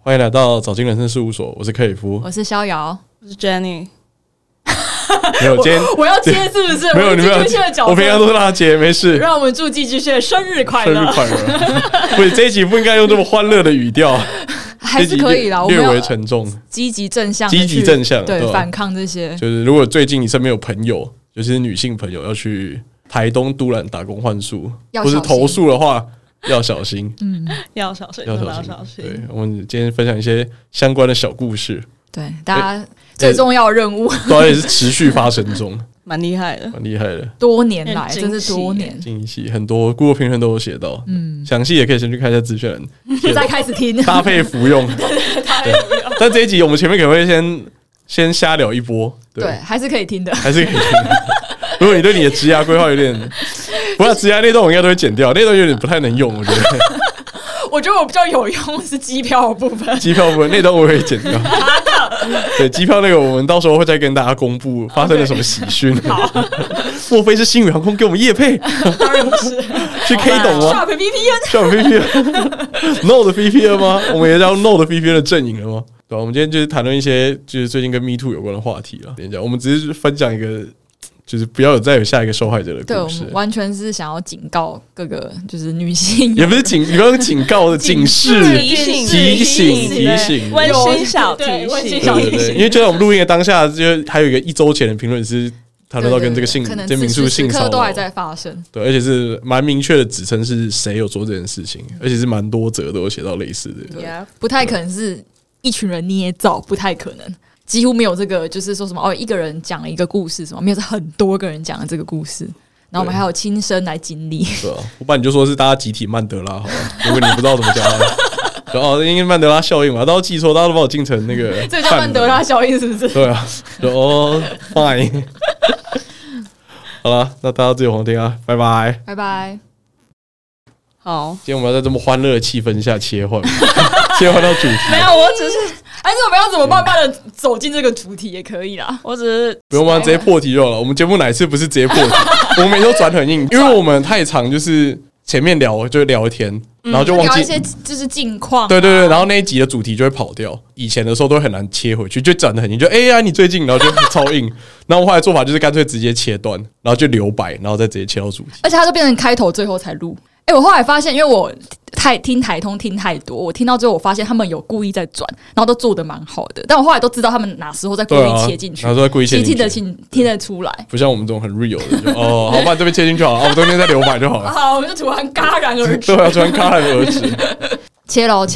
欢迎来到早金人生事务所，我是克里夫， 我是逍遥， 我是 Jenny。 没有，今天我要接是不是？ 没有，你们要接。 我平常都是让他接，没事。 让我们祝寄居蟹生日快乐！ 生日快乐！不是这一集不应该用这么欢乐的语调， 还是可以啦。我们略微沉重， 积极正向， 积极正向， 对反抗这些。 就是如果最近你身边有朋友，尤其是女性朋友，要去台东都兰打工换宿，或是投诉的话。要小心， 要小心， 要小心。对，我们今天分享一些相关的小故事。 对，大家最重要的任务， 对，也是持续发生中， 蛮厉害的， 蛮厉害的。 多年来，真是多年惊喜，很多 Google 评论都有写到。详细也可以先去看一下资讯栏， 再开始听， 搭配服用。对，但这一集我们前面可能会先瞎聊一波， 对，还是可以听的， 还是可以听的。如果你对你的职涯规划有点，不然职涯那段我应该都会剪掉，那段有点不太能用，我觉得。 我觉得我比较有用是机票的部分， 机票部分那段我会剪掉。对，机票那个我们到时候会再跟大家公布发生了什么喜讯。莫非是星宇航空给我们业配？ 当然不是， 去 K 懂吗 ？Sharp VPN，Sharp VPN，No 的 VPN 吗？我们也叫 No 的 VPN 的阵营了吗？对，我们今天就是谈论一些就是最近跟 Me Too 有关的话题了。等一下，我们只是分享一个。就是不要再有下一个受害者的故事。 对，我们完全是想要警告各个就是女性， 也不是你刚刚警告的警示、提醒、 温馨小提醒。 对，因为就在我们录音的当下，就还有一周前的评论是谈论到跟这个这民宿性骚扰都还在发生。 对，而且是蛮明确的指称是谁有做这件事情，而且是蛮多则都有写到类似的。 不太可能是一群人捏造，不太可能。几乎没有这个，就是说什么一个人讲了一个故事，什么没有，是很多个人讲了这个故事，然后我们还有亲身来经历。 对啊，不然你就说是大家集体曼德拉好了。如果你不知道怎么讲的，因为曼德拉效应嘛，大家都记错，大家都把我进成那个， 这叫曼德拉效应是不是？ 对啊，fine。好了，那大家自己好好听啊，拜拜， 拜拜。 好， 今天我们要在这么欢乐的气氛下切换到主题。 没有，我只是。 还是我们要怎么慢慢的走进这个主题也可以啦。 我只是不用吗？直接破题就好了。我们节目哪一次不是直接破题？我们每都转很硬，因为我们太长，就是前面就聊天，然后就忘记聊一些就是近况。 对，然后那一集的主题就会跑掉。以前的时候都很难切回去，就转得很硬，就你最近，然后就超硬。然后我后来做法就是干脆直接切断，然后就留白，然后再直接切到主题。 而且它就变成开头最后才录。我后来发现，因为我听台通听太多，我听到最后我发现他们有故意在转，然后都做得蛮好的。但我后来都知道他们哪时候在故意切进去， 哪时候在故意切进去， 听得出来。 不像我们这种很 real 的，就好，把你这边切进去好了，我们中间再留白就好了。 好，我们就突然戛然而止。 对啊，突然戛然而止。 切咯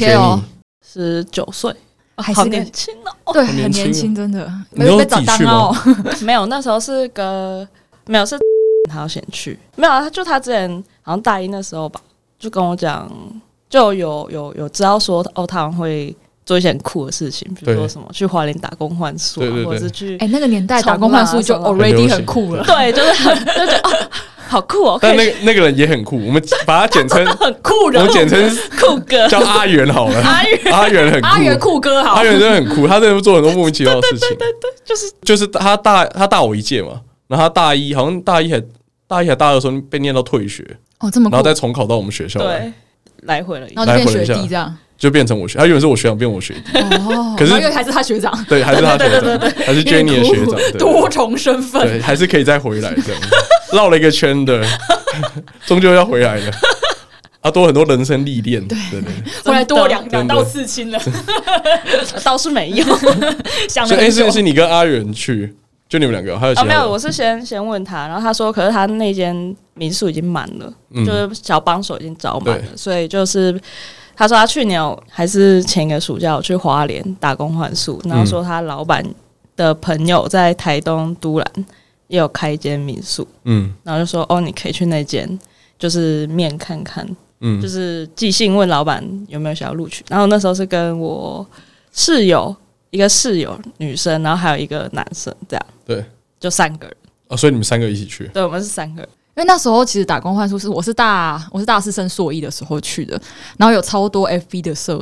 ，19岁， 好年轻哦。 对，很年轻，真的。 没有被找单哦。 没有，那时候是没有是。他要先去，没有啊？就他之前好像大一那时候吧，就跟我讲，就有知道说他们会做一些很酷的事情，比如说什么去花莲打工换宿，或者是去那个年代打工换宿就 already 很酷了， 对，就是就觉得好酷哦。 但那个人也很酷，我们把他简称很酷人， 我们简称酷哥， 叫阿元好了。阿元很酷， 阿元酷哥好， 阿元真的很酷，他真的做很多莫名其妙的事情。 对， 就是他大我一届嘛。然后他大一好像大一还大二的时候被念到退学这么酷， 然后再重考到我们学校来， 对，来回了一下， 然后就变学弟这样， 就变成我他原本是我学长，变我学弟可是因为还是他学长， 对，还是他学长，还是 Jenny 的学长， 多重身份， 对，还是可以再回来这样，绕了一个圈的，终究要回来的。多很多人生历练，对， 回来多两道刺青了， 倒是没有。 所以是你跟阿元去。就你们两个，还有其他没有？我是先问他，然后他说，可是他那间民宿已经满了，就是小帮手已经招满了，所以就是他说他去年还是前一个暑假有去花莲打工换宿，然后说他老板的朋友在台东都兰也有开一间民宿，然后就说你可以去那间，就是面看看，就是寄信问老板有没有想要录取，然后那时候是跟我室友。一个室友女生，然后还有一个男生，这样对， 就3个人所以你们3个一起去？ 对，我们是3个人。 因为那时候其实打工换宿我是大4升硕1的时候去的，然后有超多 FB 的社团，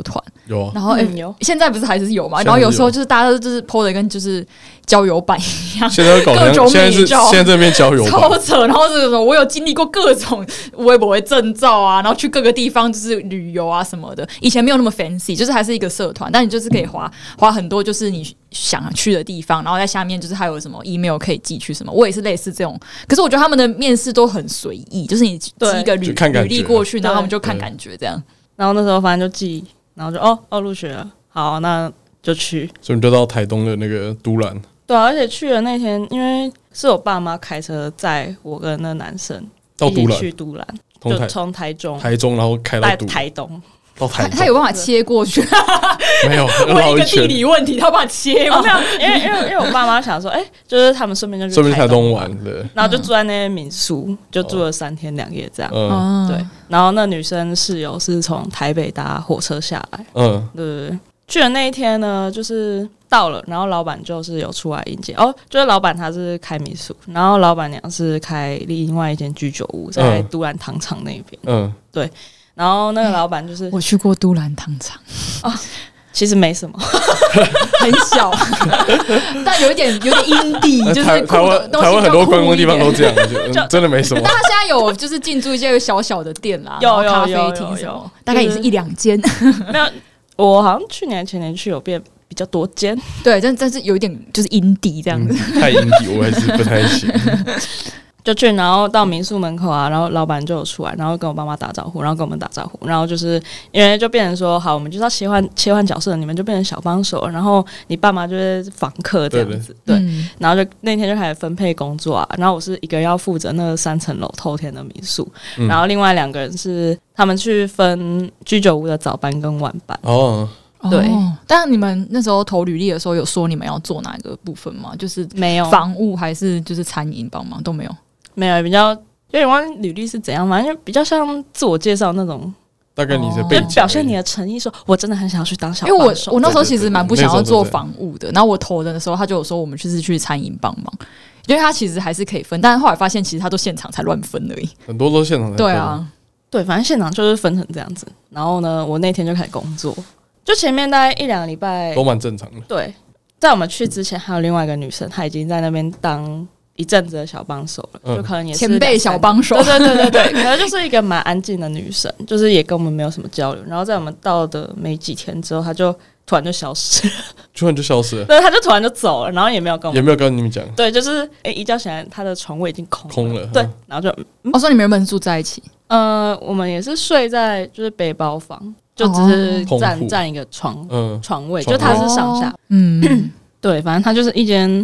有啊， 然后有现在不是还是有嘛？然后有时候就是大家就是 po 的跟就是交友版一样， 现在搞各种美照， 现在这边交友版超扯。然后这种我有经历过各种微博证照啊，然后去各个地方就是旅游啊什么的。以前没有那么 fancy， 就是还是一个社团，但你就是可以花很多就是你想去的地方，然后在下面就是还有什么 email 可以寄去什么。我也是类似这种，可是我觉得他们的面试都很随意，就是你寄一个履历过去，然后他们就看感觉这样。 然后那时候反正就寄，然后就录取了，好，那就去。 所以你就到台东的那个都兰。 对啊，而且去的那天，因为是我爸妈开车载我跟那男生到都兰去都兰，就从台中， 然后开到台东。 到台东他有办法切过去？ 没有， 问一个地理问题，他有办法切吗？ 没有，因为我爸妈想说，就是他们顺便就去台东玩的， 然后就住在那些民宿，就住了3天2夜这样。对。然后那女生室友是从台北搭火车下来。对。去的那一天呢，就是到了，然后老板就是有出来迎接。就是老板他是开民宿，然后老板娘是开另外一间居酒屋，在都兰糖厂那边。对。然后那个老板就是我去过都兰糖厂其实没什么， 很小，但有点阴地，就是台湾很多观光地方都这样，就真的没什么。 但他现在有就是进驻一些小小的店啦， 有咖啡厅什么，大概也是1-2间。 没有，我好像去年前年去有变比较多间， 对，但是有一点就是阴地这样子， 太阴地我还是不太行。 就去，然后到民宿门口啊，然后老板就有出来，然后跟我爸妈打招呼，然后跟我们打招呼，然后就是因为就变成说，好，我们就是要切换角色，你们就变成小帮手，然后你爸妈就是访客这样子，对，然后就那天就开始分配工作啊，然后我是一个人要负责那3层楼透天的民宿，然后另外2个人是他们去分居酒屋的早班跟晚班。对， 但你们那时候投履历的时候有说你们要做哪一个部分吗？就是没有房务还是就是餐饮帮忙都没有？ 没有，比较有点忘记履历是怎样，反正就比较像自我介绍那种。 大概你的背景， 就表现你的诚意，说我真的很想要去当小帮手。 因为我那时候其实蛮不想要做房务的，然后我投的时候他就有说我们就是去餐饮帮忙，因为他其实还是可以分，但是后来发现其实他都现场才乱分而已， 很多都现场才分。 对啊， 对，反正现场就是分成这样子。然后呢，我那天就开始工作，就前面大概1-2个礼拜都蛮正常的。 对，在我们去之前，还有另外一个女生，她已经在那边当一阵子的小帮手了，就可能也是前辈小帮手， 对，可能就是一个蛮安静的女生，就是也跟我们没有什么交流。然后在我们到的没几天之后，她就突然就消失了，对，她就突然就走了，然后也没有跟你们讲， 对，就是一觉醒来，她的床位已经空了，对，然后就我说你们原本住在一起， 我们也是睡在就是背包房，就只是占一个床位，就它是上下，对，反正它就是一间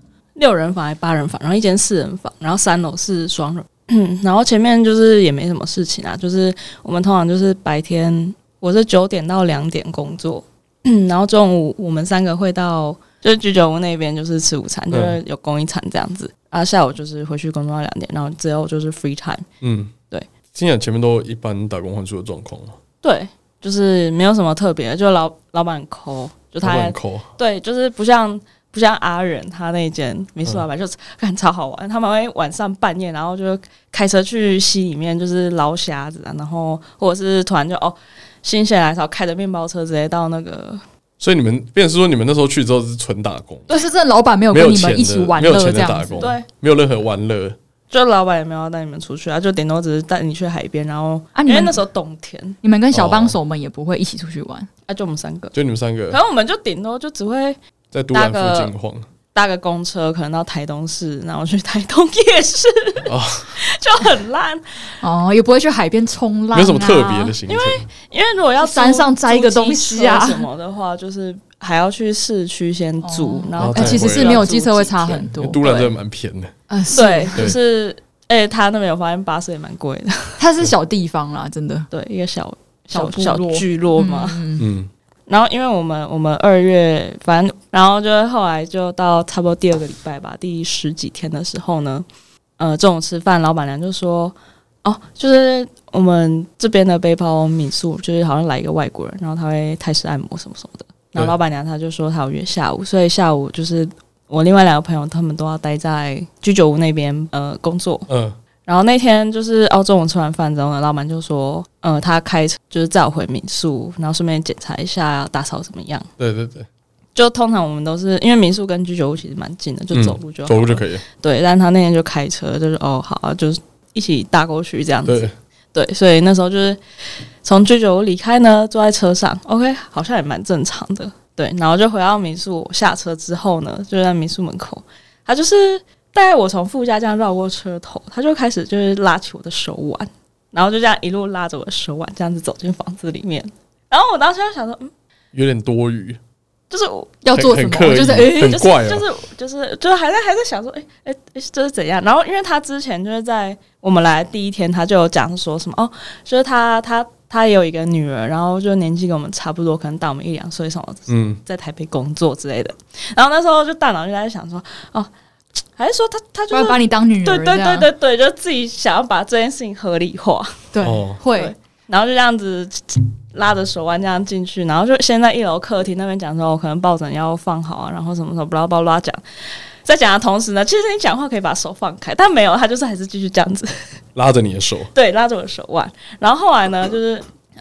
6人房还8人房，然后一间4人房，然后3楼是双人，然后前面就是也没什么事情啊，就是我们通常就是白天我是9点到2点工作，然后中午我们3个会到就是居酒屋那边就是吃午餐，就是有供一餐这样子，下午就是回去工作到2点，然后之后就是 free time，对， 听起来前面都一般打工换宿的状况，对， 就是没有什么特别的，就老板抠，就他对，就是不像阿仁他那间民宿老板，就是看超好玩，他们会晚上半夜，然后就开车去溪里面就是捞虾子啊，然后或者是突然就心血来潮开着面包车直接到那个。 所以你们变成是说你们那时候去之后是纯打工， 就是这老板没有跟你们一起玩乐这样子， 对， 没有任何玩乐， 就老板也没有要带你们出去啊，就顶多只是带你去海边，然后因为那时候冬天， 你们跟小帮手们也不会一起出去玩就我们3个， 就你们3个， 然后我们就顶多就只会在都兰附近晃， 搭个公车，可能到台东市，然后去台东夜市，就很烂也不会去海边冲浪， 没有什么特别的行程。 因为如果要山上摘一个东西啊什么的话，就是还要去市区先租，然后其实是没有机车会差很多。 都兰真的蛮偏的， 对，就是他那边有发现巴士也蛮贵的， 它是小地方啦，真的， 对，一个小聚落嘛，然后因为我们2月，反正然后就后来就到差不多第2个礼拜吧，第10几天的时候呢，中午吃饭，老板娘就说，就是我们这边的背包民宿，就是好像来一个外国人，然后他会泰式按摩什么什么的，然后老板娘她就说她有约下午，所以下午就是我另外2个朋友他们都要待在居酒屋那边工作， 然后那天就是中午吃完饭之后呢，老板就说，他开车就是载我回民宿，然后顺便检查一下打扫怎么样。 对对对， 就通常我们都是因为民宿跟居酒屋其实蛮近的，就走路就好走路就可以了。 对，但他那天就开车，就是好啊，就是一起搭过去这样子。 对， 所以那时候就是从居酒屋离开呢，坐在车上 ，OK， 好像也蛮正常的。对，然后就回到民宿，下车之后呢，就在民宿门口，他就是带我从副驾这样绕过车头，他就开始就是拉起我的手腕，然后就这样一路拉着我的手腕，这样子走进房子里面。然后我当时就想说，有点多余， 就是要做什么，就是很怪就是还在想说，这是怎样？然后因为他之前就是在我们来第一天，他就有讲说什么就是他也有一个女儿，然后就年纪跟我们差不多，可能大我们1-2岁什么，在台北工作之类的。然后那时候就大脑就在想说，还是说他就是把你当女儿？ 对，就自己想要把这件事情合理化。 对，会。 然后就这样子拉着手腕这样进去，然后就先在1楼客厅那边讲说，可能抱枕要放好啊，然后什么巴拉巴拉讲。在讲的同时呢，其实你讲话可以把手放开，但没有，他就是还是继续这样子拉着你的手， 对，拉着我的手腕。然后后来呢，就是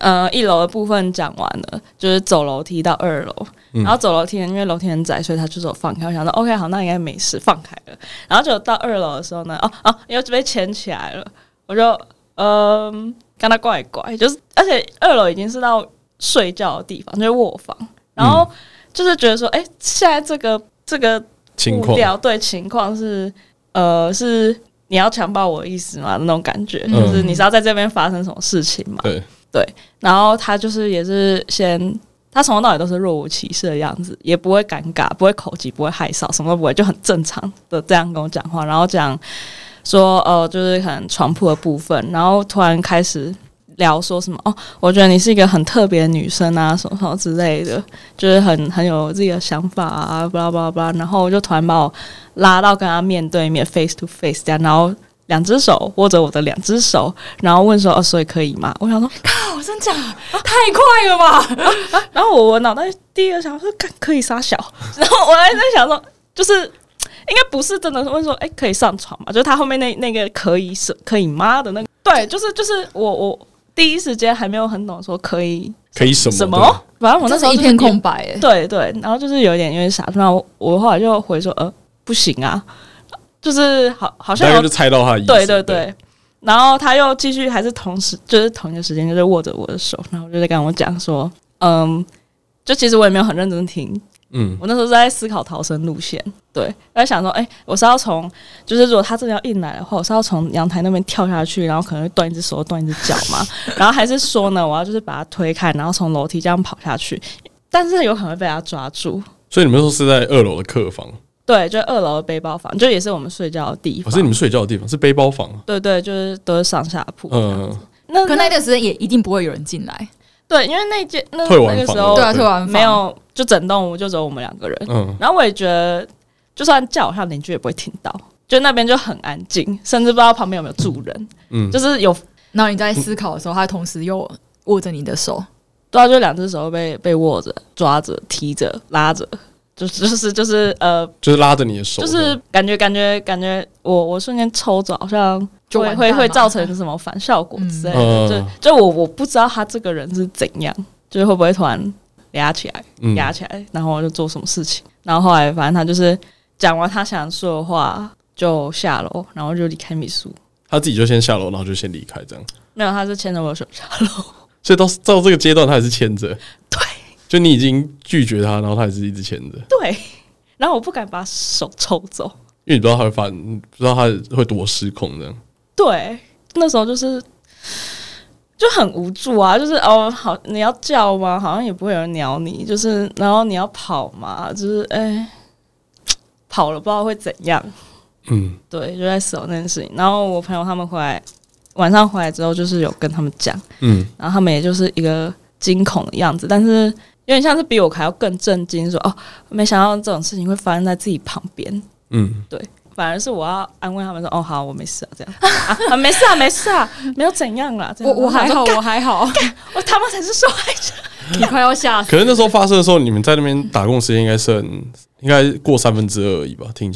1楼的部分讲完了，就是走楼梯到2楼，然后走楼梯因为楼梯很窄，所以他就手放开。我想说 OK 好，那应该没事，放开了。然后就到2楼的时候呢，又被牵起来了，我就跟他怪怪，就是而且2楼已经是到睡觉的地方，就是卧房，然后就是觉得说，现在这个步调对情况是你要强暴我的意思吗？那种感觉，就是你是要在这边发生什么事情嘛？对，然后他就是也是他从头到尾都是若无其事的样子，也不会尴尬，不会口急，不会害臊，什么都不会，就很正常的这样跟我讲话，然后讲说就是可能床铺的部分，然后突然开始聊说什么我觉得你是一个很特别的女生啊，什么什么之类的，就是很有自己的想法啊，巴拉巴拉巴拉。然后我就突然把我拉到跟他面对面 face to face 这样，然后2只手握着我的2只手，然后问说所以可以吗？我想说靠，真假太快了吧然后我脑袋第一个想说可以撒小，然后我还在想说就是应该不是真的问说可以上床嘛，就是他后面那个可以吗的那个，对，就是我第一时间还没有很懂说可以什么，反正我那时候、就是、 一片空白对，然后就是有点傻，然后我后来就回说不行啊，就是好像大概就猜到他的意思， 对，然后他又继续还是同一个时间就是握着我的手，然后就在跟我讲说就其实我也没有很认真听，我那时候是在思考逃生路线，对，我在想说我是要从就是如果他真的要硬来的话，我是要从阳台那边跳下去，然后可能会断一只手断一只脚嘛然后还是说呢我要就是把他推开，然后从楼梯这样跑下去，但是有可能会被他抓住。 所以你们说是在2楼的客房？ 对，就2楼的背包房，就也是我们睡觉的地方。 是你们睡觉的地方，是背包房？ 对，就是都是上下铺。 可那段时间也一定不会有人进来。 对，因为那个时候退完房没有，就整栋屋就只有我们2个人。然后我也觉得，就算叫好像邻居也不会听到，就那边就很安静，甚至不知道旁边有没有住人。就是有， 然后你在思考的时候，他同时又握着你的手， 对啊，就2只手被握着、抓着、提着、拉着。就是拉着你的手， 就是感觉我瞬间抽走，好像会造成什么反效果之类的。就我不知道他这个人是怎样，就是会不会突然压起来，然后我就做什么事情。然后后来反正他就是讲完他想说的话，就下楼，然后就离开民宿。 他自己就先下楼，然后就先离开，这样？ 没有，他是牵着我的手下楼。 所以到这个阶段，他还是牵着。 对。 就你已经拒绝他，然后他还是一直牵着。 对，然后我不敢把手抽走， 因为你不知道他不知道他会多失控这样。 对，那时候就很无助啊，就是好，你要叫吗？好像也不会有人鸟你，就是然后你要跑嘛，就是跑了不知道会怎样。对，就在思考那件事情。然后我朋友他们晚上回来之后，就是有跟他们讲，然后他们也就是一个惊恐的样子，但是有点像是比我还要更震惊，说没想到这种事情会发生在自己旁边。对，反而是我要安慰他们说好，我没事这样没事啊，没有怎样啦。 我还好， 他们才是受害者， 你快要吓死。 可是那时候发生的时候，你们在那边打工时间应该过2/3而已吧？听起来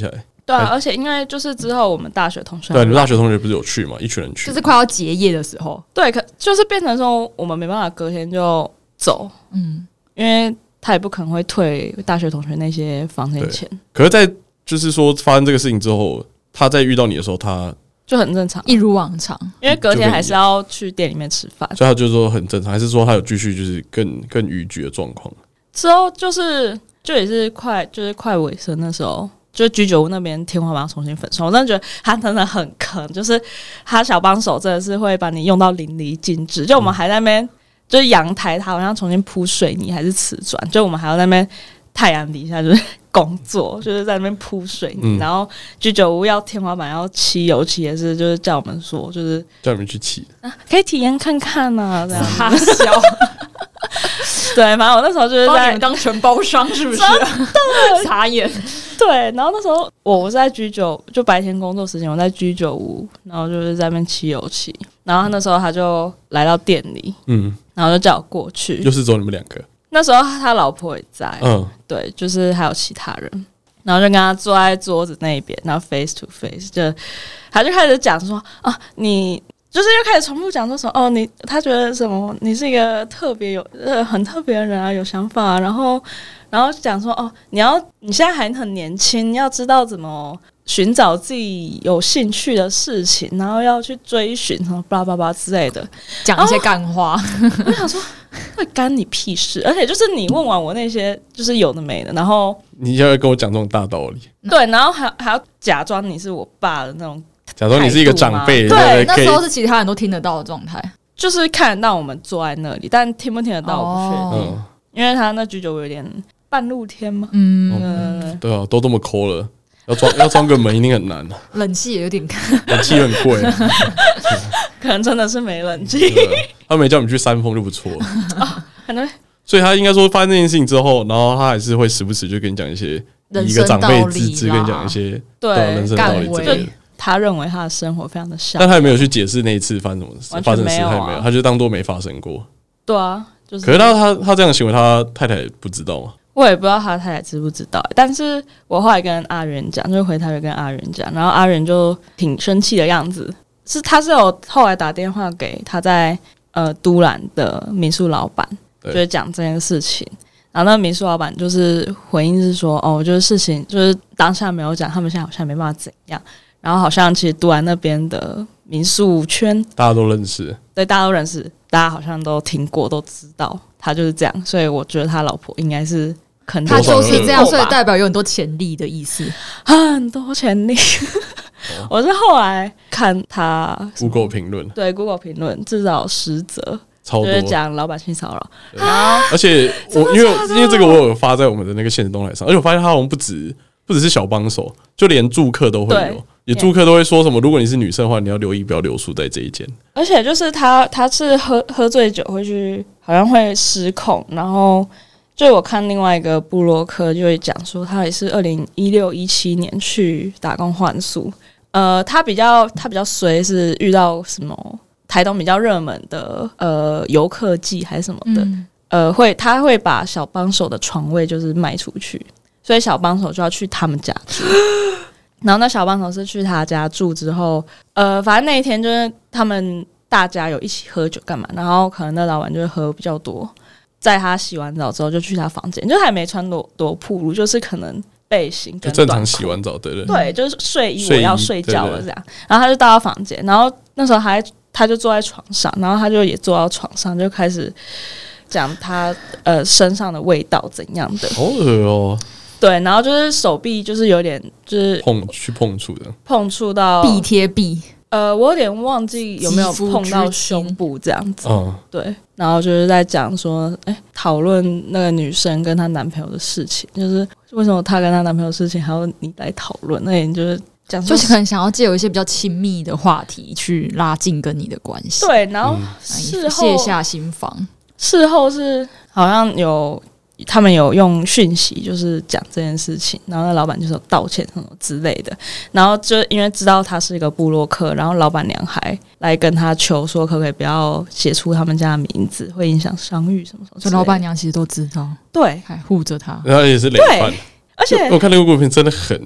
对啊，而且因为就是之后我们大学同学， 对，你们大学同学不是有去吗？一群人去， 就是快要结业的时候， 对，就是变成说我们没办法隔天就走，因为他也不可能会退大学同学那些房间钱。 可是，在就是说发生这个事情之后，他在遇到你的时候，他就很正常， 一如往常， 因为隔天还是要去店里面吃饭， 所以他就说很正常，还是说他有继续就是更逾矩的状况？ 之后就也是快尾声的时候。就居酒屋那边天花板重新粉刷，我真的觉得他真的很坑，就是他小帮手真的是会把你用到淋漓尽致。就我们还在那边，就是阳台他好像重新铺水泥还是瓷砖，就我们还要在那边太阳底下就是工作，就是在那边铺水泥，然后居酒屋要天花板要漆油漆也是，就是叫我们说，就是叫你们去漆可以体验看看啊，这样傻笑。 对，反正我那时候就是在把你们当承包商，是不是？傻眼。 对，然后那时候我是在居酒，就白天工作时间我在居酒屋，然后就是在那边漆油漆，然后那时候他就来到店里，然后就叫我过去， 就是只有你们两个。 那时候他老婆也在，对，就是还有其他人，然后就跟他坐在桌子那边，然后 face to face， 他就开始讲说啊，你。就是又开始重复讲说什么他觉得什么你是一个特别很特别的人啊，有想法啊，然后讲说你现在还很年轻，要知道怎么寻找自己有兴趣的事情，然后要去追寻什么巴拉巴拉之类的， 讲一些干话。 我想说会干你屁事，而且就是你问完我那些就是有的没的，然后你要跟我讲这种大道理， 对，然后还要假装你是我爸的那种。 假装你是一个长辈， 对，那时候是其他人都听得到的状态， 就是看得到我们坐在那里，但听不听得到我不确定，因为他那居酒屋有点半露天嘛， 对啊，都这么抠了，要装个门一定很难啊， 冷气也有点， 冷气很贵， 可能真的是没冷气， 他没叫你去山峰就不错了， 可能， 所以他应该说发生这件事情之后，然后他还是会时不时就跟你讲一些以一个长辈之姿跟你讲一些人生道理之类的。 他认为他的生活非常的像， 但他也没有去解释那一次发生什么事，发生事他也没有，他就当作没发生过。 对啊，就是。 可是他这样的行为，他太太不知道吗？ 我也不知道他太太知不知道，但是我后来跟阿元讲，就是回台北跟阿元讲，然后阿元就挺生气的样子，他是有后来打电话给他在都兰的民宿老板，就是讲这件事情。然后那个民宿老板就是回应是说，就是事情就是当下没有讲，他们现在好像没办法怎样。然后好像其实都兰那边的民宿圈大家都认识， 对，大家都认识，大家好像都听过，都知道他就是这样，所以我觉得他老婆应该是可能他就是这样，所以代表有很多潜力的意思， 很多潜力。我是后来看他 Google 评论， 对 Google 评论至少10则， 超多， 就是讲老板性骚扰， 然后而且因为这个我有发在我们的那个限时动态上，而且我发现他好像不只是小帮手，就连住客都会有。也住客都会说什么，如果你是女生的话，你要留意不要留宿在这一间。 而且就是他是喝醉酒会去，好像会失控。然后就我看另外一个部落客就会讲说，他也是2016-17年去打工换宿。他比较衰是遇到什么台东比较热门的游客季还是什么的，他会把小帮手的床位就是卖出去，所以小帮手就要去他们家住。然后那小帮手是去他家住之后，反正那一天就是他们大家有一起喝酒干嘛，然后可能那老板就会喝比较多，在他洗完澡之后就去他房间，就还没穿多暴露，就是可能背心跟正常洗完澡，对， 就是睡衣我要睡觉了这样，然后他就到他房间，然后那时候他就坐在床上，然后他就也坐到床上，就开始讲他身上的味道怎样的， 好恶哦。 对，然后就是手臂就是有点就是碰触的， 碰触到臂贴臂， 我有点忘记有没有碰到胸部这样子，对，然后就是在讲说，讨论那个女生跟她男朋友的事情，就是为什么她跟她男朋友的事情还要你来讨论，那你就是讲说， 就是可能想要借有一些比较亲密的话题去拉近跟你的关系， 对，然后事后卸下心防， 事后是好像他们有用讯息，就是讲这件事情，然后那老板就是有道歉什么之类的，然后就因为知道他是一个部落客，然后老板娘还来跟他求说，可不可以不要写出他们家的名字，会影响商誉什么什么。 所以老板娘其实都知道， 对， 还护着他， 然后也是累犯， 而且我看那个故事片真的很多，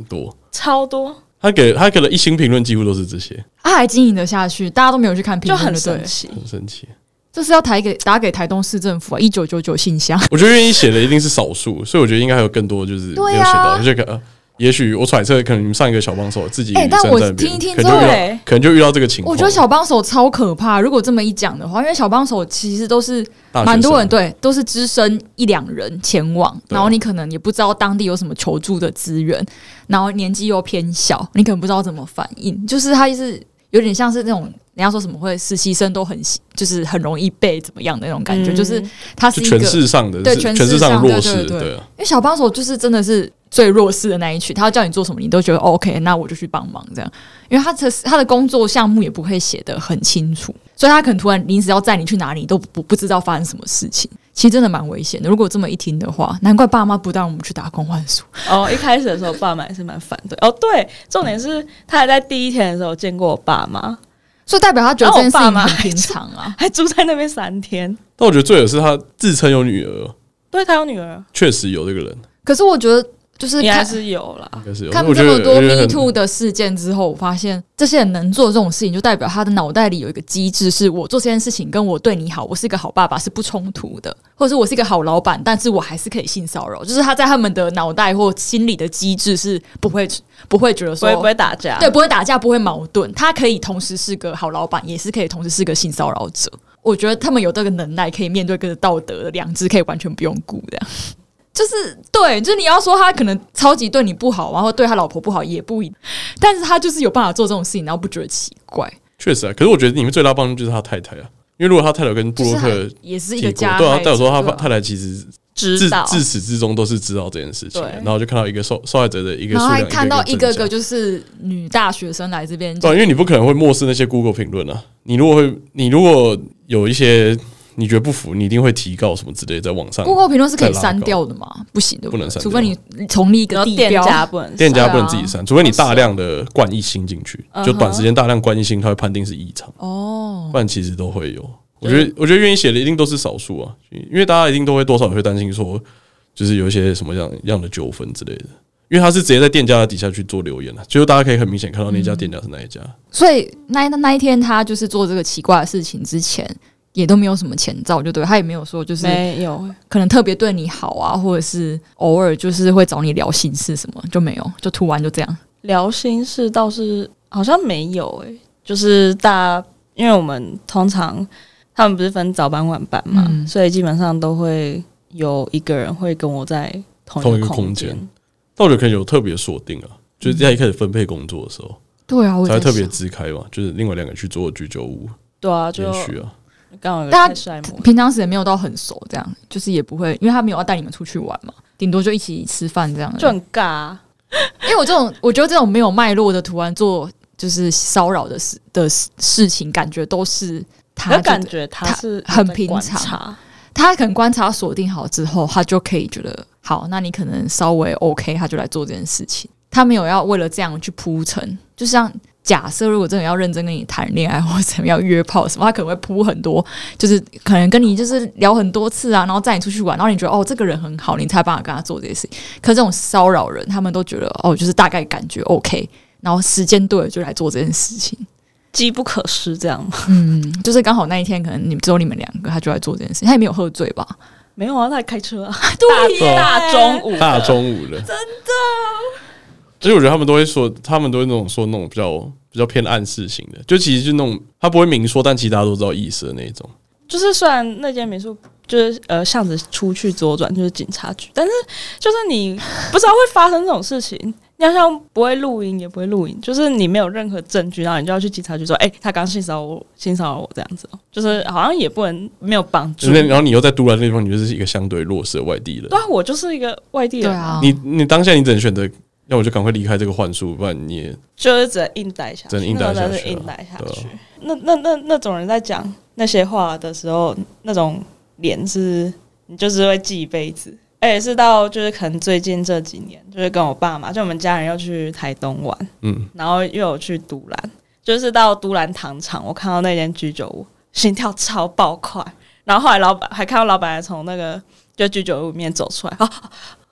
超多。 他给的一星评论几乎都是这些， 他还经营得下去，大家都没有去看评论， 就很神奇， 很神奇。 这是要打给台东市政府1999信箱。 我觉得愿意写的一定是少数，所以我觉得应该还有更多就是没有写到，就也许我揣测，可能你们上一个小帮手自己女生在那边， 但我听一听之后， 可能就遇到这个情况。 我觉得小帮手超可怕，如果这么一讲的话，因为小帮手其实都是蛮多人，对，都是只身1-2人前往，然后你可能也不知道当地有什么求助的资源，然后年纪又偏小，你可能不知道怎么反应，就是他是有点像是那种人家说什么会实习生都就是很容易被怎么样的那种感觉，就是他是一个权势上的， 对权势上弱势，对啊， 因为小帮手就是真的是最弱势的那一群，他要叫你做什么，你都觉得 OK， 那我就去帮忙这样。因为他的工作项目也不会写得很清楚，所以他可能突然临时要载你去哪里，都不知道发生什么事情。其实真的蛮危险的。如果这么一听的话，难怪爸妈不让我们去打工换宿。 一开始的时候爸妈也是蛮反对。对，重点是他还在第一天的时候见过我爸妈， 所以代表他觉得这件事情很平常啊， 还住在那边3天。 但我觉得最有是他自称有女儿， 对，他有女儿， 确实有这个人。 可是我觉得就是应该是有啦， 应该是有。 看这么多 Me Too 的事件之后，我发现这些人能做这种事情，就代表他的脑袋里有一个机制，是我做这件事情跟我对你好，我是一个好爸爸是不冲突的，或者是我是一个好老板，但是我还是可以性骚扰，就是他在他们的脑袋或心理的机制是不会觉得说不会打架， 对，不会打架，不会矛盾，他可以同时是个好老板，也是可以同时是个性骚扰者。我觉得他们有这个能耐，可以面对跟道德的良知，可以完全不用顾这样。就是对，就是你要说他可能超级对你不好，然后对他老婆不好也不一定，但是他就是有办法做这种事情，然后不觉得奇怪。 确实啊，可是我觉得里面最大帮助就是他太太啊，因为如果他太太跟布洛克也是一个家， 对啊，代表说他太太其实知道自始至终都是知道这件事情，然后就看到一个受害者的一个数量， 然后还看到一个个就是女大学生来这边， 对，因为你不可能会漠视那些 Google 评论啊，你如果有一些你觉得不服，你一定会提告什么之类，在网上。 Google 评论是可以删掉的吗？不行的， 不能删， 除非你重立一个地标， 店家不能自己删，除非你大量的灌一星进去，就短时间大量灌一星，它会判定是异常。不然其实都会有。我觉得愿意写的一定都是少数啊，因为大家一定都会多少会担心说，就是有一些什么样的纠纷之类的。因为他是直接在店家的底下去做留言了，就是大家可以很明显看到那家店家是哪一家。 所以那一天他就是做这个奇怪的事情之前，也都没有什么前兆，就对他也没有说就是没有可能特别对你好啊，或者是偶尔就是会找你聊心事什么，就没有，就突然就这样聊心事倒是好像没有就是因为我们通常他们不是分早班晚班嘛，所以基本上都会有一个人会跟我在同一个空间。 但我觉得可能有特别锁定啊，就是在一开始分配工作的时候， 对啊， 才会特别支开嘛，就是另外2个去做居酒屋， 对啊，就连续啊。 刚好有大家平常时也没有到很熟，这样就是也不会，因为他没有要带你们出去玩嘛，顶多就一起吃饭这样， 就很尬。 因为我觉得这种没有脉络的突然做就是骚扰的事情，感觉都是他感觉他是很平常，他可能观察锁定好之后，他就可以觉得好，那你可能稍微 OK， 他就来做这件事情。他没有要为了这样去铺陈，就像假设如果真的要认真跟你谈恋爱或者怎么样约炮什么，他可能会铺很多，就是可能跟你就是聊很多次啊，然后载你出去玩，然后你觉得这个人很好，你才办法跟他做这些事情。可是这种骚扰人，他们都觉得就是大概感觉 OK， 然后时间对了就来做这件事情， 机不可失这样。 就是刚好那一天可能只有你们2个，他就来做这件事情，他也没有喝醉吧？ 没有啊，他还开车啊， 对， 大中午的，真的。所以我觉得他们都会那种说那种比较偏暗示型的，就其实就那种他不会明说，但其实大家都知道意思的那种。 就是虽然那间民宿就是巷子出去左转就是警察局，但是就是你不知道会发生这种事情，你好像不会录音也不会录影，就是你没有任何证据，然后你就要去警察局说，他刚性骚扰我这样子，就是好像也不能没有帮助。 然后你又在都兰那地方，你就是一个相对弱势的外地人。 对啊，我就是一个外地人。 对啊， 你当下你只能选择。要我就赶快离开这个幻术，不然你也就是只能硬待下去， 只能硬待下去。那种人在讲那些话的时候，那种脸是你就是会记一辈子。而且是到就是可能最近这几年，就是跟我爸妈，就我们家人又去台东玩，然后又有去都兰，就是到都兰糖厂，我看到那间居酒屋，心跳超爆快。然后后来还看到老板还从那个就居酒屋里面走出来，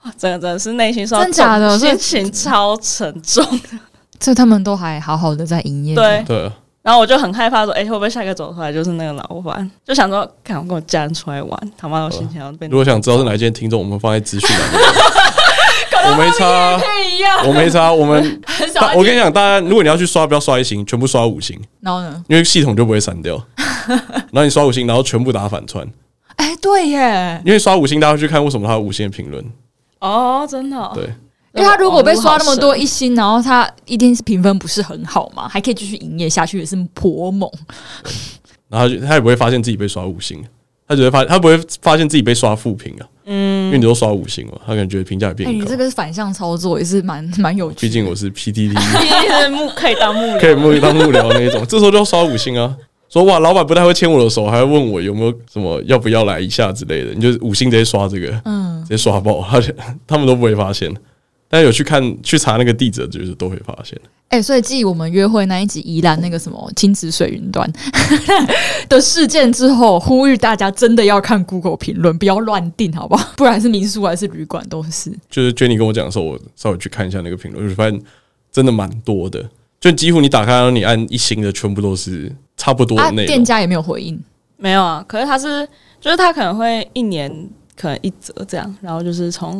真的是内心受到真假的心情超沉重的。 所以他们都还好好的在营业。 对对。 然后我就很害怕说，会不会下一个走出来就是那个老板？就想说，看我跟我家人出来玩，他妈我心情要被。 如果想知道是哪一间听众，我们放在资讯栏。我没差，我没差。我跟你讲，大家如果你要去刷，不要刷1星，全部刷5星。 然后呢？ 因为系统就不会删掉。然后你刷5星，然后全部打反串。 对耶。 因为刷5星，大家会去看为什么他有5星的评论。 哦，真的。 对。 因为他如果被刷那么多1星，然后他一定是评分不是很好嘛，还可以继续营业下去，也是颇猛。 然后他也不会发现自己被刷5星，他不会发现自己被刷负评啊。因为你都刷5星嘛，他可能觉得评价也变高。 你这个反向操作也是蛮有趣的。 毕竟我是 PTT， 可以当幕僚， 可以当幕僚那一种，这时候就要刷5星啊。说哇，老板不太会牵我的手，还会问我有没有什么要不要来一下之类的，你就5星直接刷这个，直接刷爆，他们都不会发现。但有去查那个地址，就是都会发现。 所以继我们约会那一集宜兰那个什么亲子水云端的事件之后，呼吁大家真的要看 Google 评论，不要乱订，好不好？不然是民宿还是旅馆都是。 就是 Jenny 跟我讲的时候，我稍微去看一下那个评论，就发现真的蛮多的，就几乎你打开然后你按1星的，全部都是差不多的内容。 店家也没有回应， 没有啊。可是就是他可能会1年可能1则这样，然后就是从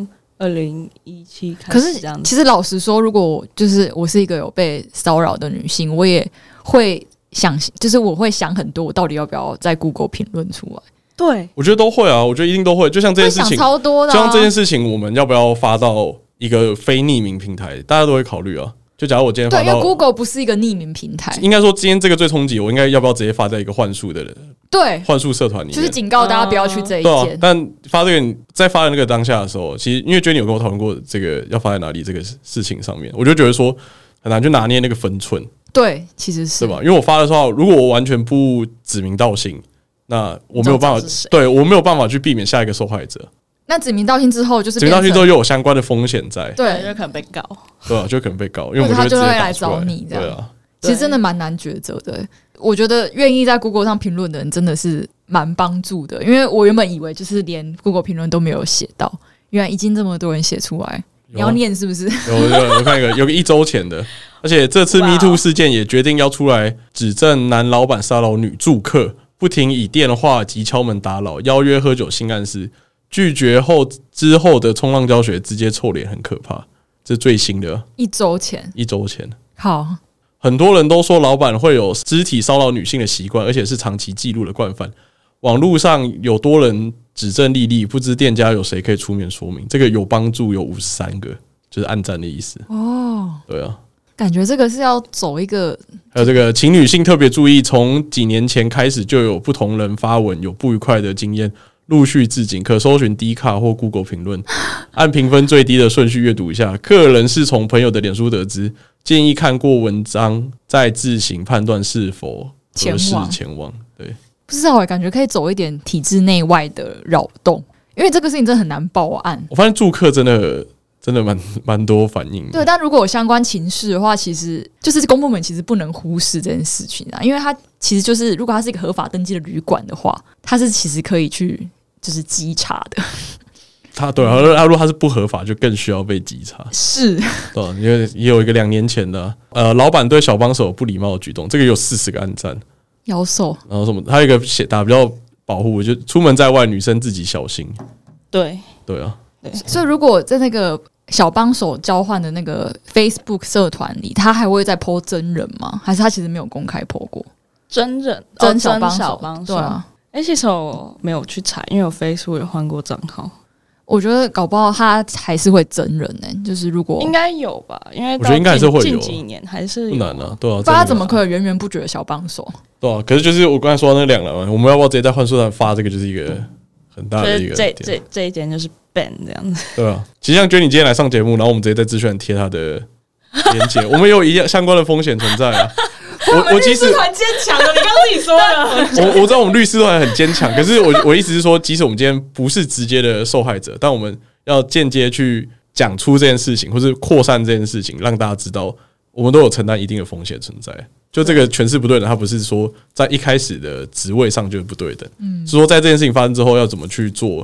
2017开始这样子。可是其实老实说，如果就是我是一个有被骚扰的女性，我也会想，就是我会想很多，我到底要不要在 Google 评论出来？ 对， 我觉得都会啊，我觉得一定都会。就像这件事情， 超多的、 就像这件事情，我们要不要发到一个非匿名平台，大家都会考虑啊。就假如我今天发到， 对，因为 Google 不是一个匿名平台， 应该说今天这个最冲击，我应该要不要直接发在一个幻术的人？ 对， 幻术社团里面， 就是警告大家不要去这一对啊。 间。 但发这个在发的那个当下的时候，其实因为 Jenny 有跟我讨论过这个要发在哪里这个事情上面，我就觉得说很难去拿捏那个分寸。 对，其实是对吧？因为我发的时候，如果我完全不指名道姓，那我没有办法，对我没有办法去避免下一个受害者。 那指名道姓之后，就是指名道姓之后又有相关的风险在， 对，就可能被告， 对啊，就可能被告，因为我他就会来找找你，这样对啊。 其实真的蛮难抉择的。我觉得愿意在 Google 上评论的人真的是蛮帮助的，因为我原本以为就是连 Google 评论都没有写到，原来已经这么多人写出来。你要念是不是？ 我看有个1周前的，而且这次 Me Too 事件也决定要出来指证男老板骚扰女住客，不停以电话及敲门打扰，邀约喝酒性暗示，拒绝之后的冲浪教学直接臭脸，很可怕。这是最新的 1周前。好， 很多人都说老板会有肢体骚扰女性的习惯，而且是长期记录的惯犯。网络上有多人指证历历，不知店家有谁可以出面说明。这个有帮助有53个，就是按赞的意思。 哦， 对啊， 感觉这个是要走一个。 还有这个，请女性特别注意，从几年前开始就有不同人发文有不愉快的经验，陆续致敬，可搜寻 Dcard 或 Google 评论，按评分最低的顺序阅读一下。个人是从朋友的脸书得知，建议看过文章再自行判断是否合适前往。对， 不知道感觉可以走一点体制内外的扰动，因为这个事情真的很难报案。 我发现住客真的蛮多反应的。 对，但如果有相关情事的话，其实就是公部门其实不能忽视这件事情啊，因为它其实就是如果它是一个合法登记的旅馆的话，它是其实可以去就是稽查的。 对啊，如果它是不合法，就更需要被稽查。 是， 对啊，因为也有一个2年前的老板对小帮手有不礼貌的举动，这个有40个按赞， 妖兽。 然后什么，还有一个打比较保护，就出门在外女生自己小心。 对啊， 所以如果在那个小帮手交换的那个 Facebook 社团里，他还会再 po 真人吗？还是他其实没有公开 po 过真人真小帮手？ 对啊，其实我没有去查，因为我 Facebook 也换过账号。 我觉得搞不好他还是会真人呢、就是如果应该有吧，因为我觉得应该还是会有， 近几年还是有不难啊，对啊， 不然他怎么可以源源不绝的小帮手？ 对啊，可是就是我刚才说的那2人，我们要不要直接在幻术上发这个，就是一个很大的一个这一点就是 ban 这样子， 对啊。其实像Jenny今天来上节目，然后我们直接在资讯栏贴他的连结，我们有一样相关的风险存在啊。我其实很坚强的，你刚刚自己说的。我知道我们律师都还很坚强，可是我意思是说，即使我们今天不是直接的受害者，但我们要间接去讲出这件事情，或是扩散这件事情，让大家知道我们都有承担一定的风险存在。就这个权势不对等，它不是说在一开始的职位上就是不对等，是说在这件事情发生之后要怎么去做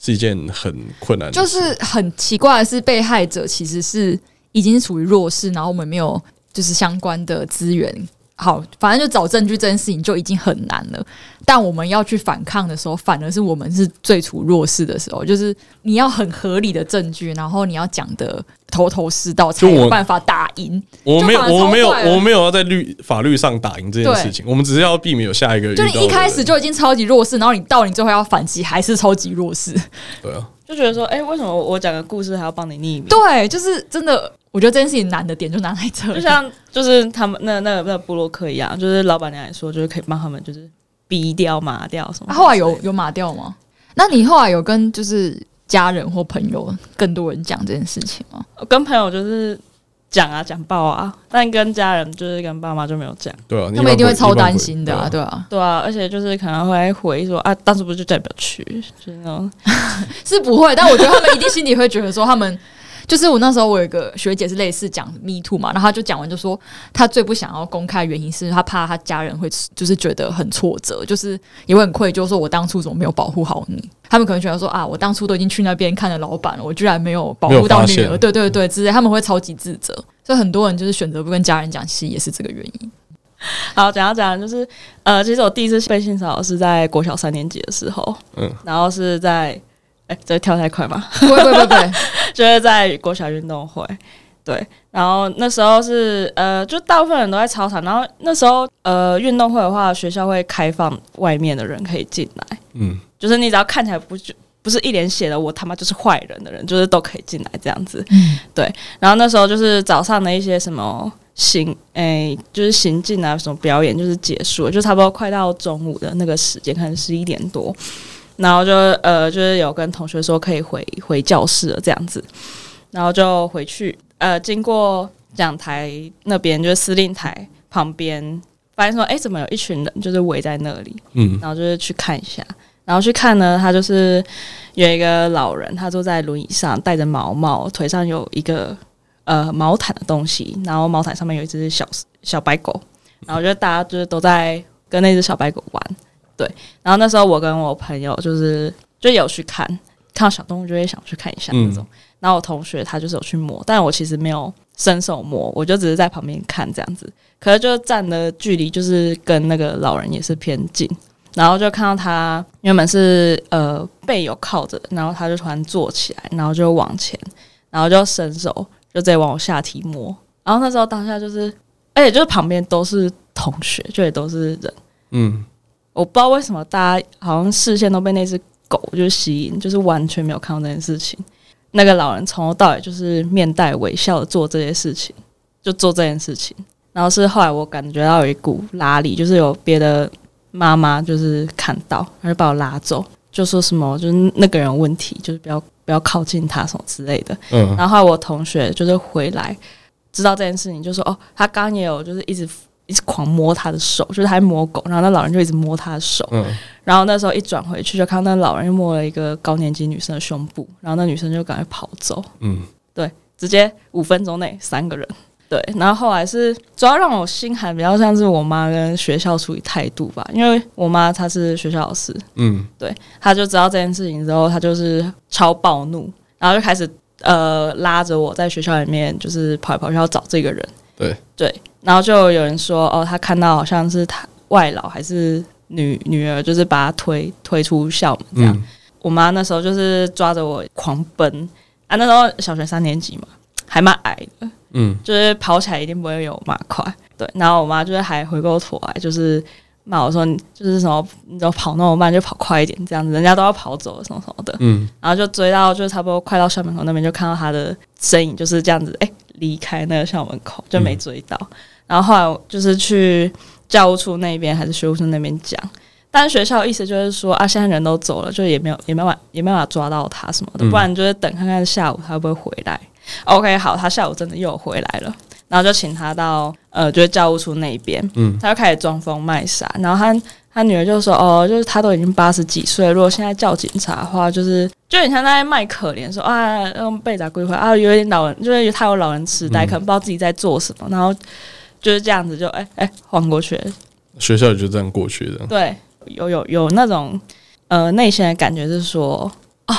是一件很困难的就事， 是很奇怪的是，被害者其实是已经处于弱势，然后我们没有就是相关的资源。好，反正就找证据这件事情就已经很难了，但我们要去反抗的时候，反而是我们是最处弱势的时候。就是你要很合理的证据，然后你要讲的头头是道，才有办法打赢。 我们没有要在法律上打赢这件事情，我们只是要避免有下一个遇到的人。 就你一开始就已经超级弱势，然后你到你最后要反击，还是超级弱势。 对啊， 就觉得说，为什么我讲个故事还要帮你匿名？ 对，就是真的。我觉得这件事情难的点就难在这里， 就像就是他们那部落客一样，就是老板娘也说，就是可以帮他们就是逼掉、码掉什么。 后来有码掉吗？那你后来有跟就是家人或朋友更多人讲这件事情吗？ 我跟朋友就是讲爆啊，但跟家人就是跟爸妈就没有讲。 对啊， 他们一定会超担心的啊，对啊， 对啊，而且就是可能会回说啊，当时不是就代表去，就是那种是不会，但我觉得他们一定心里会觉得说他们。就是我那时候我有一个学姐是类似讲 Me Too 嘛，然后她就讲完就说她最不想要公开的原因是她怕她家人会就是觉得很挫折，就是也会很愧疚，说我当初怎么没有保护好你？他们可能觉得说啊，我当初都已经去那边看了老板了，我居然没有保护到女儿，对对对，之类，他们会超级自责，所以很多人就是选择不跟家人讲，其实也是这个原因。 好，讲就是其实我第一次被性骚扰是在国小3年级的时候，然后是在。这跳太快吗？ 不会， 就是在国小运动会，对，然后那时候是就大部分人都在操场，然后那时候运动会的话，学校会开放外面的人可以进来，就是你只要看起来不是一脸写的我他妈就是坏人的人，就是都可以进来这样子，对，然后那时候就是早上的一些什么就是行进啊，什么表演就是结束了，就差不多快到中午的那个时间，可能11点多。然后就是有跟同学说可以回教室了这样子，然后就回去经过讲台那边就是司令台旁边，发现说怎么有一群人就是围在那里，然后就是去看一下，然后去看呢，他就是有一个老人，他坐在轮椅上，戴着毛帽，腿上有一个毛毯的东西，然后毛毯上面有一只小白狗，然后就大家就是都在跟那只小白狗玩。对，然后那时候我跟我朋友就有去看到小动物就会想去看一下那种，然后我同学他就是有去摸，但我其实没有伸手摸，我就只是在旁边看这样子，可是就站的距离就是跟那个老人也是偏近，然后就看到他原本是背有靠着，然后他就突然坐起来，然后就往前，然后就伸手就直接往我下体摸，然后那时候当下就是而且就是旁边都是同学，就也都是人，我不知道为什么大家好像视线都被那只狗就吸引，就是完全没有看到这件事情。那个老人从头到尾就是面带微笑的做这些事情，就做这件事情。然后是后来我感觉到有一股拉力，就是有别的妈妈就是看到，他就把我拉走，就说什么就是那个人有问题，就是不要靠近他什么之类的。然后后来我同学就是回来知道这件事情，就说他刚刚也有就是一直狂摸他的手，就是他在摸狗，然后那老人就一直摸他的手，然后那时候一转回去就看到那老人又摸了一个高年级女生的胸部，然后那女生就赶快跑走，对，直接5分钟内3个人，对，然后后来是主要让我心寒，比较像是我妈跟学校处理态度吧，因为我妈她是学校老师，对，她就知道这件事情之后，她就是超暴怒，然后就开始拉着我在学校里面就是跑来跑去要找这个人，对，然后就有人说他看到好像是他外老还是女儿，就是把他推出校门这样。我妈那时候就是抓着我狂奔啊，那时候小学3年级嘛，还蛮矮的，就是跑起来一定不会有我妈快。对，然后我妈就是还回过头来，就是骂我说，就是什么你怎么跑那么慢，就跑快一点这样子，人家都要跑走了什么什么的。然后就追到就差不多快到校门口那边，就看到他的身影就是这样子，离开那个校门口就没追到。然后后来就是去教务处那边还是学务处那边讲，但学校的意思就是说现在人都走了，就也没办法抓到他什么的，不然就是等看看下午他会不会回来。OK， 好，他下午真的又回来了，然后就请他到就是教务处那边，他就开始装疯卖傻，然后他女儿就说就是他都已经80几岁，如果现在叫警察的话，就很像在卖可怜，说用被打归回有点老人，就是他有老人痴呆，可能不知道自己在做什么，然后就是这样子就晃过去了， 学校也就这样过去的。 对，有那种内心的感觉是说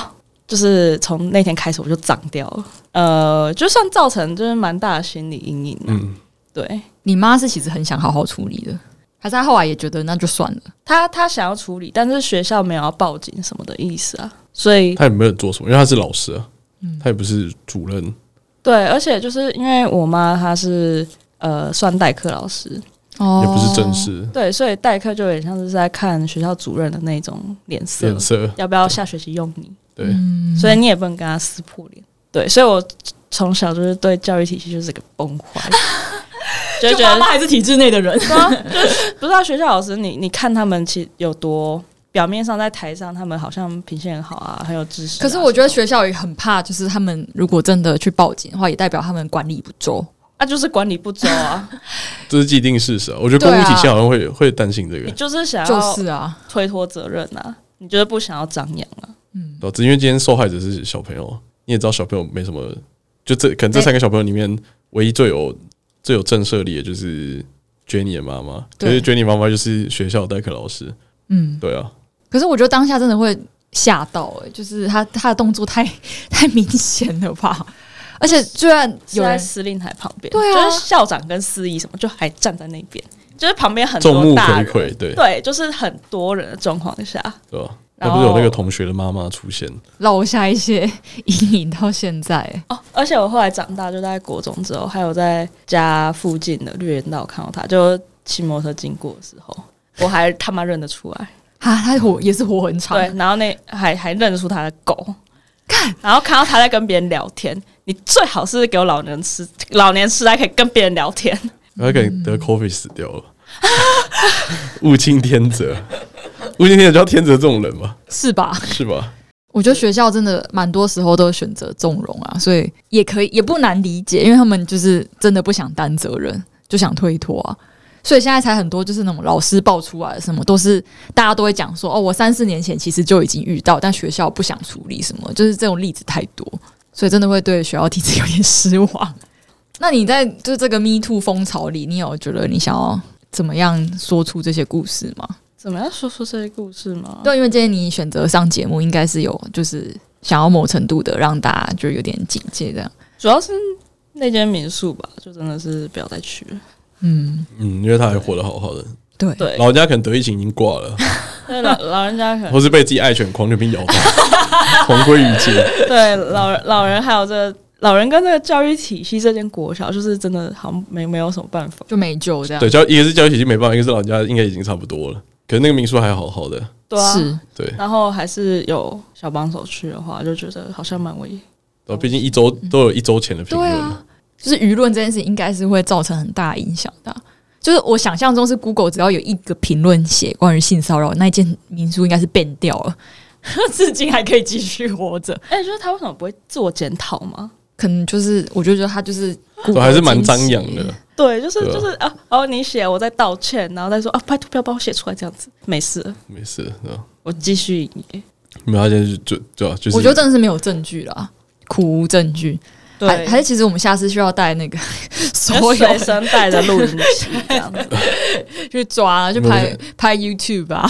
就是从那天开始我就长掉了，就算造成就是蛮大的心理阴影的。对， 你妈是其实很想好好处理的，还是她后来也觉得那就算了？ 她想要处理，但是学校没有要报警什么的意思啊，所以她也没有做什么，因为她是老师啊，她也不是主任。 对，而且就是因为我妈她是算代课老师， 也不是正式， 对，所以代课就有点像是在看学校主任的那种脸色，要不要下学期用你？ 对， 所以你也不能跟他撕破脸。对，所以我从小就是对教育体系就是个崩坏。 就觉得妈妈还是体制内的人， 对啊，就是不知道学校老师你看他们其实有多表面上在台上他们好像品性很好啊，很有知识， 可是我觉得学校也很怕，就是他们如果真的去报警的话，也代表他们管理不周啊，就是管理不周啊， 这是既定事实啊。我觉得公务体系好像会担心这个， 你就是想要推脱责任啊，你就是不想要张扬啊， 只因为今天受害者是小朋友，你也知道小朋友没什么，就可能这3个小朋友里面唯一最有震慑力的就是 Jenny 的妈妈，可是 Jenny 妈妈就是学校代课老师，对啊。 可是我觉得当下真的会吓到，就是他的动作太明显了吧？而且居然有在司令台旁边， 对啊， 就是校长跟司仪什么就还站在那边，就是旁边很多大人， 众目睽睽， 对，就是很多人的状况下， 对吧？那不是有那个同学的妈妈出现， 落下一些阴影到现在哦。而且我后来长大，就在国中之后，还有在家附近的绿园道看到他，就骑摩托车经过的时候，我还他妈认得出来啊，他也是活很长， 对，然后还认得出他的狗，然后看到他在跟别人聊天，你最好是给我老年痴呆可以跟别人聊天， 他可能得 COVID 死掉了，物竞天择。物竞天择叫天择这种人吗？ 是吧？ 是吧？ 我觉得学校真的蛮多时候都选择纵容啊，所以也不难理解，因为他们就是真的不想担责任，就想推脱啊。所以现在才很多就是那种老师爆出来的什么，都是大家都会讲说，哦，我3-4年前其实就已经遇到，但学校不想处理什么，就是这种例子太多，所以真的会对学校体制有点失望。那你在就是这个 Me Too 风潮里，你有觉得你想要怎么样说出这些故事吗？ 怎么样说出这些故事吗？ 对，因为今天你选择上节目，应该是有就是想要某程度的让大家就有点警戒这样。 主要是那间民宿吧，就真的是不要再去了。 因为他还活得好好的。 对， 老人家可能得疫情已经挂了， 对，老人家可能或是被自己爱犬狂犬病咬到，同归于尽。 对，老人还有老人跟这个教育体系这间国小，就是真的好像没有什么办法， 就没救这样。 对，一个是教育体系没办法，一个是老人家应该已经差不多了。可是那个民宿还好好的， 对啊， 是， 对。 然后还是有小帮手去的话，就觉得好像蛮危险。 对，毕竟都有1周前的评论了， 就是舆论这件事应该是会造成很大影响的。就是我想象中是 Google 只要有一个评论写关于性骚扰，那间民宿应该是ban掉了，至今还可以继续活着。 就是他为什么不会自我检讨吗？ 可能就是我就觉得他就是还是蛮张扬的。 对，就是你写我在道歉，然后再说拜托不要把我写出来这样子，没事了，我继续营业。 没有，他现在就是我觉得真的是没有证据啦，苦无证据。对，还是其实我们下次需要带那个所有随身带的录音机这样子去抓，去拍 YouTube 啊。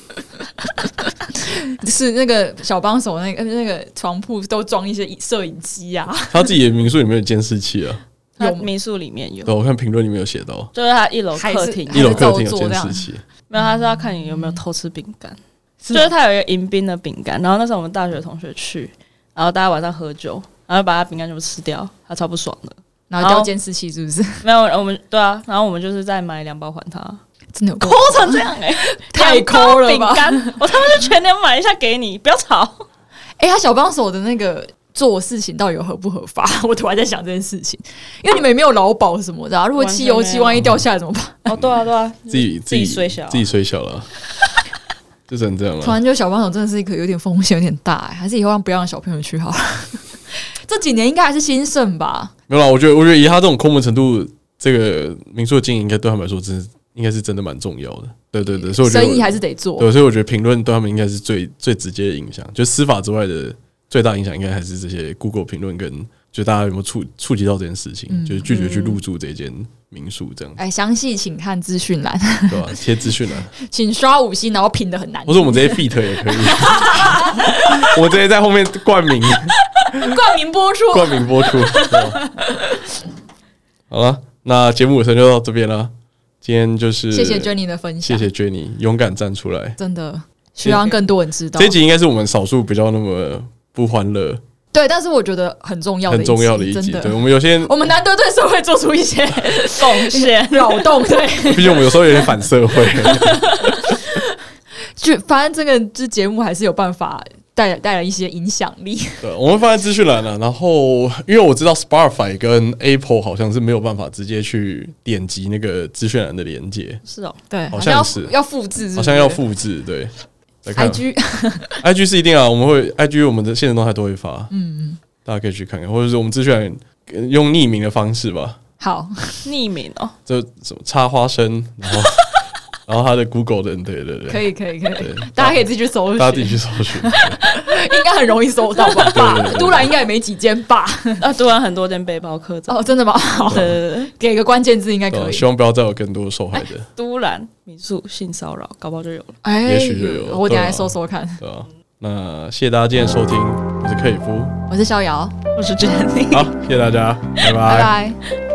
是那个小帮手，那个床铺都装一些摄影机啊。 他自己的民宿里面有监视器啊， 他民宿里面有。 对，我看评论里面有写到， 就是他1楼客厅有监视器。 没有，他是要看你有没有偷吃饼干。就是他有一个迎宾的饼干，然后那时候我们大学同学去，然后大家晚上喝酒，然后把他饼干全部吃掉，他超不爽的。 然后掉监视器是不是？ 没有，我们对啊，然后我们就是再买2包还他。 真的有抠成这样太抠了吧！ 饼干，我他妈就全年买一下给你，不要吵。 他小帮手的那个做事情到底有合不合法？我突然在想这件事情，因为你们也没有劳保什么的，如果汽油漆万一掉下来怎么办？ 对啊， 自己衰小， 自己衰小了，就只能这样了。 突然就小帮手真的是一个有点风险有点大，还是以后不要让小朋友去好了。这几年应该还是兴盛吧？ 没有啦，我觉得以他这种抠门程度，这个民宿的经营应该对他们来说应该是真的蛮重要的。对，所以我觉得生意还是得做。 对，所以我觉得评论对他们应该是最直接的影响，就司法之外的最大影响，应该还是这些 Google 评论跟就大家有没有触及到这件事情，就是拒绝去入住这间民宿这样子。 哎，详细请看资讯栏， 对吧？贴资讯栏， 请刷5星，然后评的很难听， 或者我们直接 feat 也可以，我们直接在后面冠名播出， 冠名播出。好了，那节目尾声就到这边了。今天就是谢谢 Jenny 的分享， 谢谢 Jenny 勇敢站出来， 真的需要让更多人知道。 这一集应该是我们少数比较那么不欢乐， 对，但是我觉得很重要的一集， 对，我们有些我们难得对社会做出一些贡献、 扰动，对， 毕竟我们有时候有点反社会。 就反正这节目还是有办法带来一些影响力。 对，我们放在资讯栏了。然后，因为我知道 Spotify 跟 Apple 好像是没有办法直接去点击那个资讯栏的连接。 是哦， 对， 好像是要复制， 好像要复制。对 ，IG 是一定啊，我们会 IG 我们的现实动态都会发，大家可以去看看，或者是我们资讯栏用匿名的方式吧。 好， 匿名哦， 就什么插花生，然后他的 Google 的，对， 可以，大家可以自己去搜寻， 大家自己去搜寻， 应该很容易搜到吧？都兰应该也没几间吧？ 都兰很多间背包客栈哦，真的吗？好， 对， 给个关键字应该可以。 希望不要再有更多受害的。 都兰民宿性骚扰，搞不好就有了， 也许就有。 我等一下来搜看。 对啊，那谢谢大家今天收听，我是克里夫， 我是逍遥， 我是 Jenny， 好，谢谢大家，拜拜。 拜拜。